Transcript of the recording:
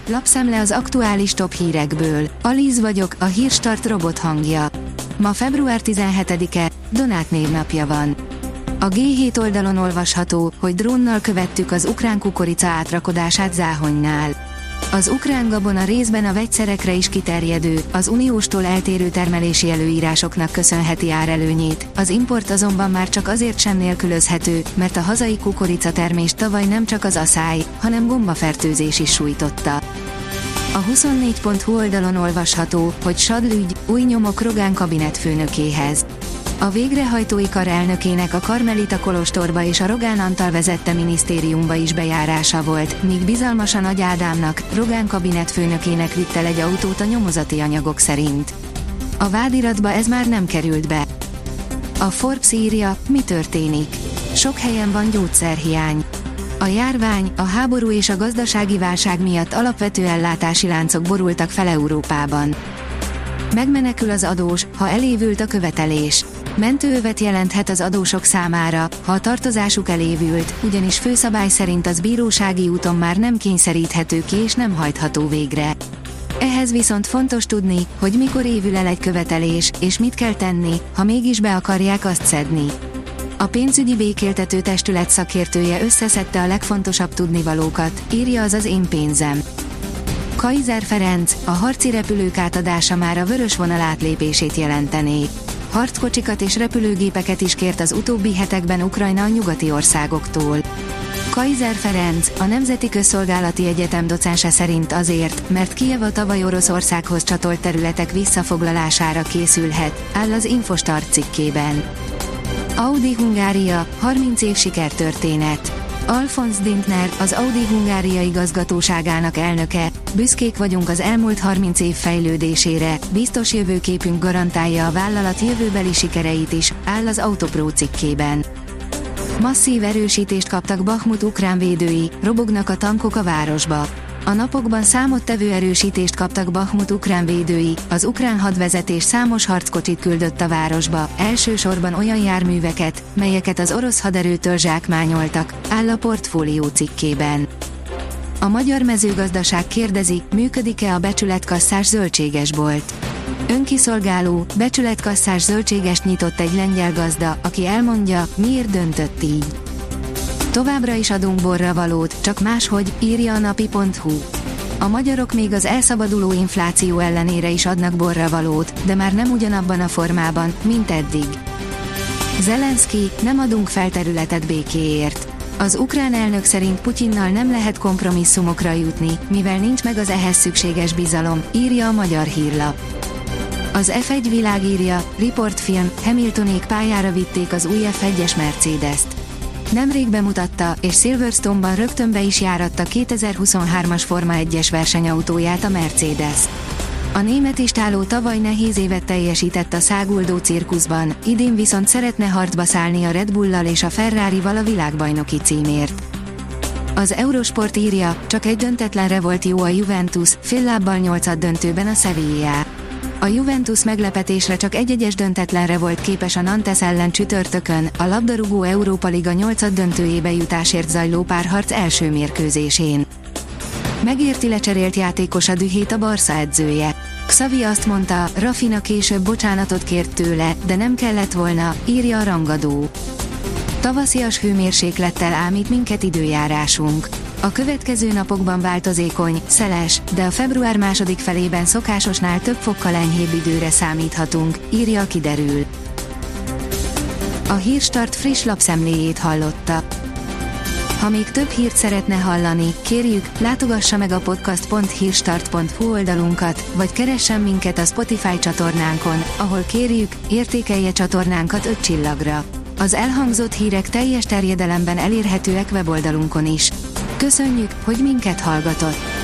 lapszemle az aktuális top hírekből. Alíz vagyok, a Hírstart robot hangja. Ma február 17-e, Donát névnapja van. A G7 oldalon olvasható, hogy drónnal követtük az ukrán kukorica átrakodását Záhonynál. Az ukrán gabona részben a vegyszerekre is kiterjedő, az unióstól eltérő termelési előírásoknak köszönheti árelőnyét, az import azonban már csak azért sem nélkülözhető, mert a hazai kukoricatermést tavaly nem csak az aszály, hanem gombafertőzés is sújtotta. A 24.hu oldalon olvasható, hogy Sadl ügy, új nyomok Rogán kabinetfőnökéhez. A végrehajtói kar elnökének a Karmelita kolostorba és a Rogán Antal vezette minisztériumba is bejárása volt, míg bizalmasan Nagy Ádámnak, Rogán kabinetfőnökének vitt el egy autót a nyomozati anyagok szerint. A vádiratba ez már nem került be. A Forbes írja, mi történik. Sok helyen van gyógyszerhiány. A járvány, a háború és a gazdasági válság miatt alapvető ellátási láncok borultak fel Európában. Megmenekül az adós, ha elévült a követelés. Mentőövet jelenthet az adósok számára, ha a tartozásuk elévült, ugyanis főszabály szerint az bírósági úton már nem kényszeríthető ki és nem hajtható végre. Ehhez viszont fontos tudni, hogy mikor évül el egy követelés, és mit kell tenni, ha mégis be akarják azt szedni. A pénzügyi békéltető testület szakértője összeszedte a legfontosabb tudnivalókat, írja az Én pénzem. Kaiser Ferenc, a harci repülők átadása már a vörös vonal átlépését jelentené. Harckocsikat és repülőgépeket is kért az utóbbi hetekben Ukrajna a nyugati országoktól. Kaiser Ferenc, a Nemzeti Közszolgálati Egyetem docense szerint azért, mert Kijev a tavaly Oroszországhoz csatolt területek visszafoglalására készülhet, áll az Infostart cikkében. Audi Hungária, 30 év sikertörténet. Alfons Dintner, az Audi Hungária igazgatóságának elnöke, büszkék vagyunk az elmúlt 30 év fejlődésére, biztos jövőképünk garantálja a vállalat jövőbeli sikereit is, áll az Autopro cikkében. Masszív erősítést kaptak Bahmut ukrán védői, robognak a tankok a városba. A napokban számottevő erősítést kaptak Bahmut ukrán védői, az ukrán hadvezetés számos harckocsit küldött a városba, elsősorban olyan járműveket, melyeket az orosz haderőtől zsákmányoltak, áll a Portfólió cikkében. A magyar mezőgazdaság kérdezi, működik-e a becsületkasszás zöldségesbolt. Önkiszolgáló, becsületkasszás zöldségest nyitott egy lengyel gazda, aki elmondja, miért döntött így. Továbbra is adunk borravalót, csak máshogy, írja a napi.hu. A magyarok még az elszabaduló infláció ellenére is adnak borravalót, de már nem ugyanabban a formában, mint eddig. Zelenszky, nem adunk fel területet békéért. Az ukrán elnök szerint Putyinnal nem lehet kompromisszumokra jutni, mivel nincs meg az ehhez szükséges bizalom, írja a Magyar Hírlap. Az F1 világírja, riportfilm, Hamiltonék pályára vitték az új F1-es Mercedes-t. Nemrég bemutatta, és Silverstone-ban rögtön be is járatta 2023-as Forma 1-es versenyautóját a Mercedes. A német istáló tavaly nehéz évet teljesített a száguldó cirkuszban, idén viszont szeretne harcba szállni a Red Bull-lal és a Ferrarival a világbajnoki címért. Az Eurosport írja, csak egy döntetlenre volt jó a Juventus, féllábbal 8. döntőben a Sevilla. A Juventus meglepetésre csak egy döntetlenre volt képes a Nantes ellen csütörtökön, a labdarúgó Európa Liga 8. döntőjébe jutásért zajló párharc első mérkőzésén. Megérti lecserélt játékos a dühét a Barca edzője. Xavi azt mondta, Rafinha később bocsánatot kért tőle, de nem kellett volna, írja a rangadó. Tavaszias hőmérséklettel ámít minket időjárásunk. A következő napokban változékony, szeles, de a február második felében szokásosnál több fokkal enyhébb időre számíthatunk, írja a Kiderül. A Hírstart friss lapszemléjét hallotta. Ha még több hírt szeretne hallani, kérjük, látogassa meg a podcast.hírstart.hu oldalunkat, vagy keressen minket a Spotify csatornánkon, ahol kérjük, értékelje csatornánkat 5 csillagra. Az elhangzott hírek teljes terjedelemben elérhetőek weboldalunkon is. Köszönjük, hogy minket hallgatott!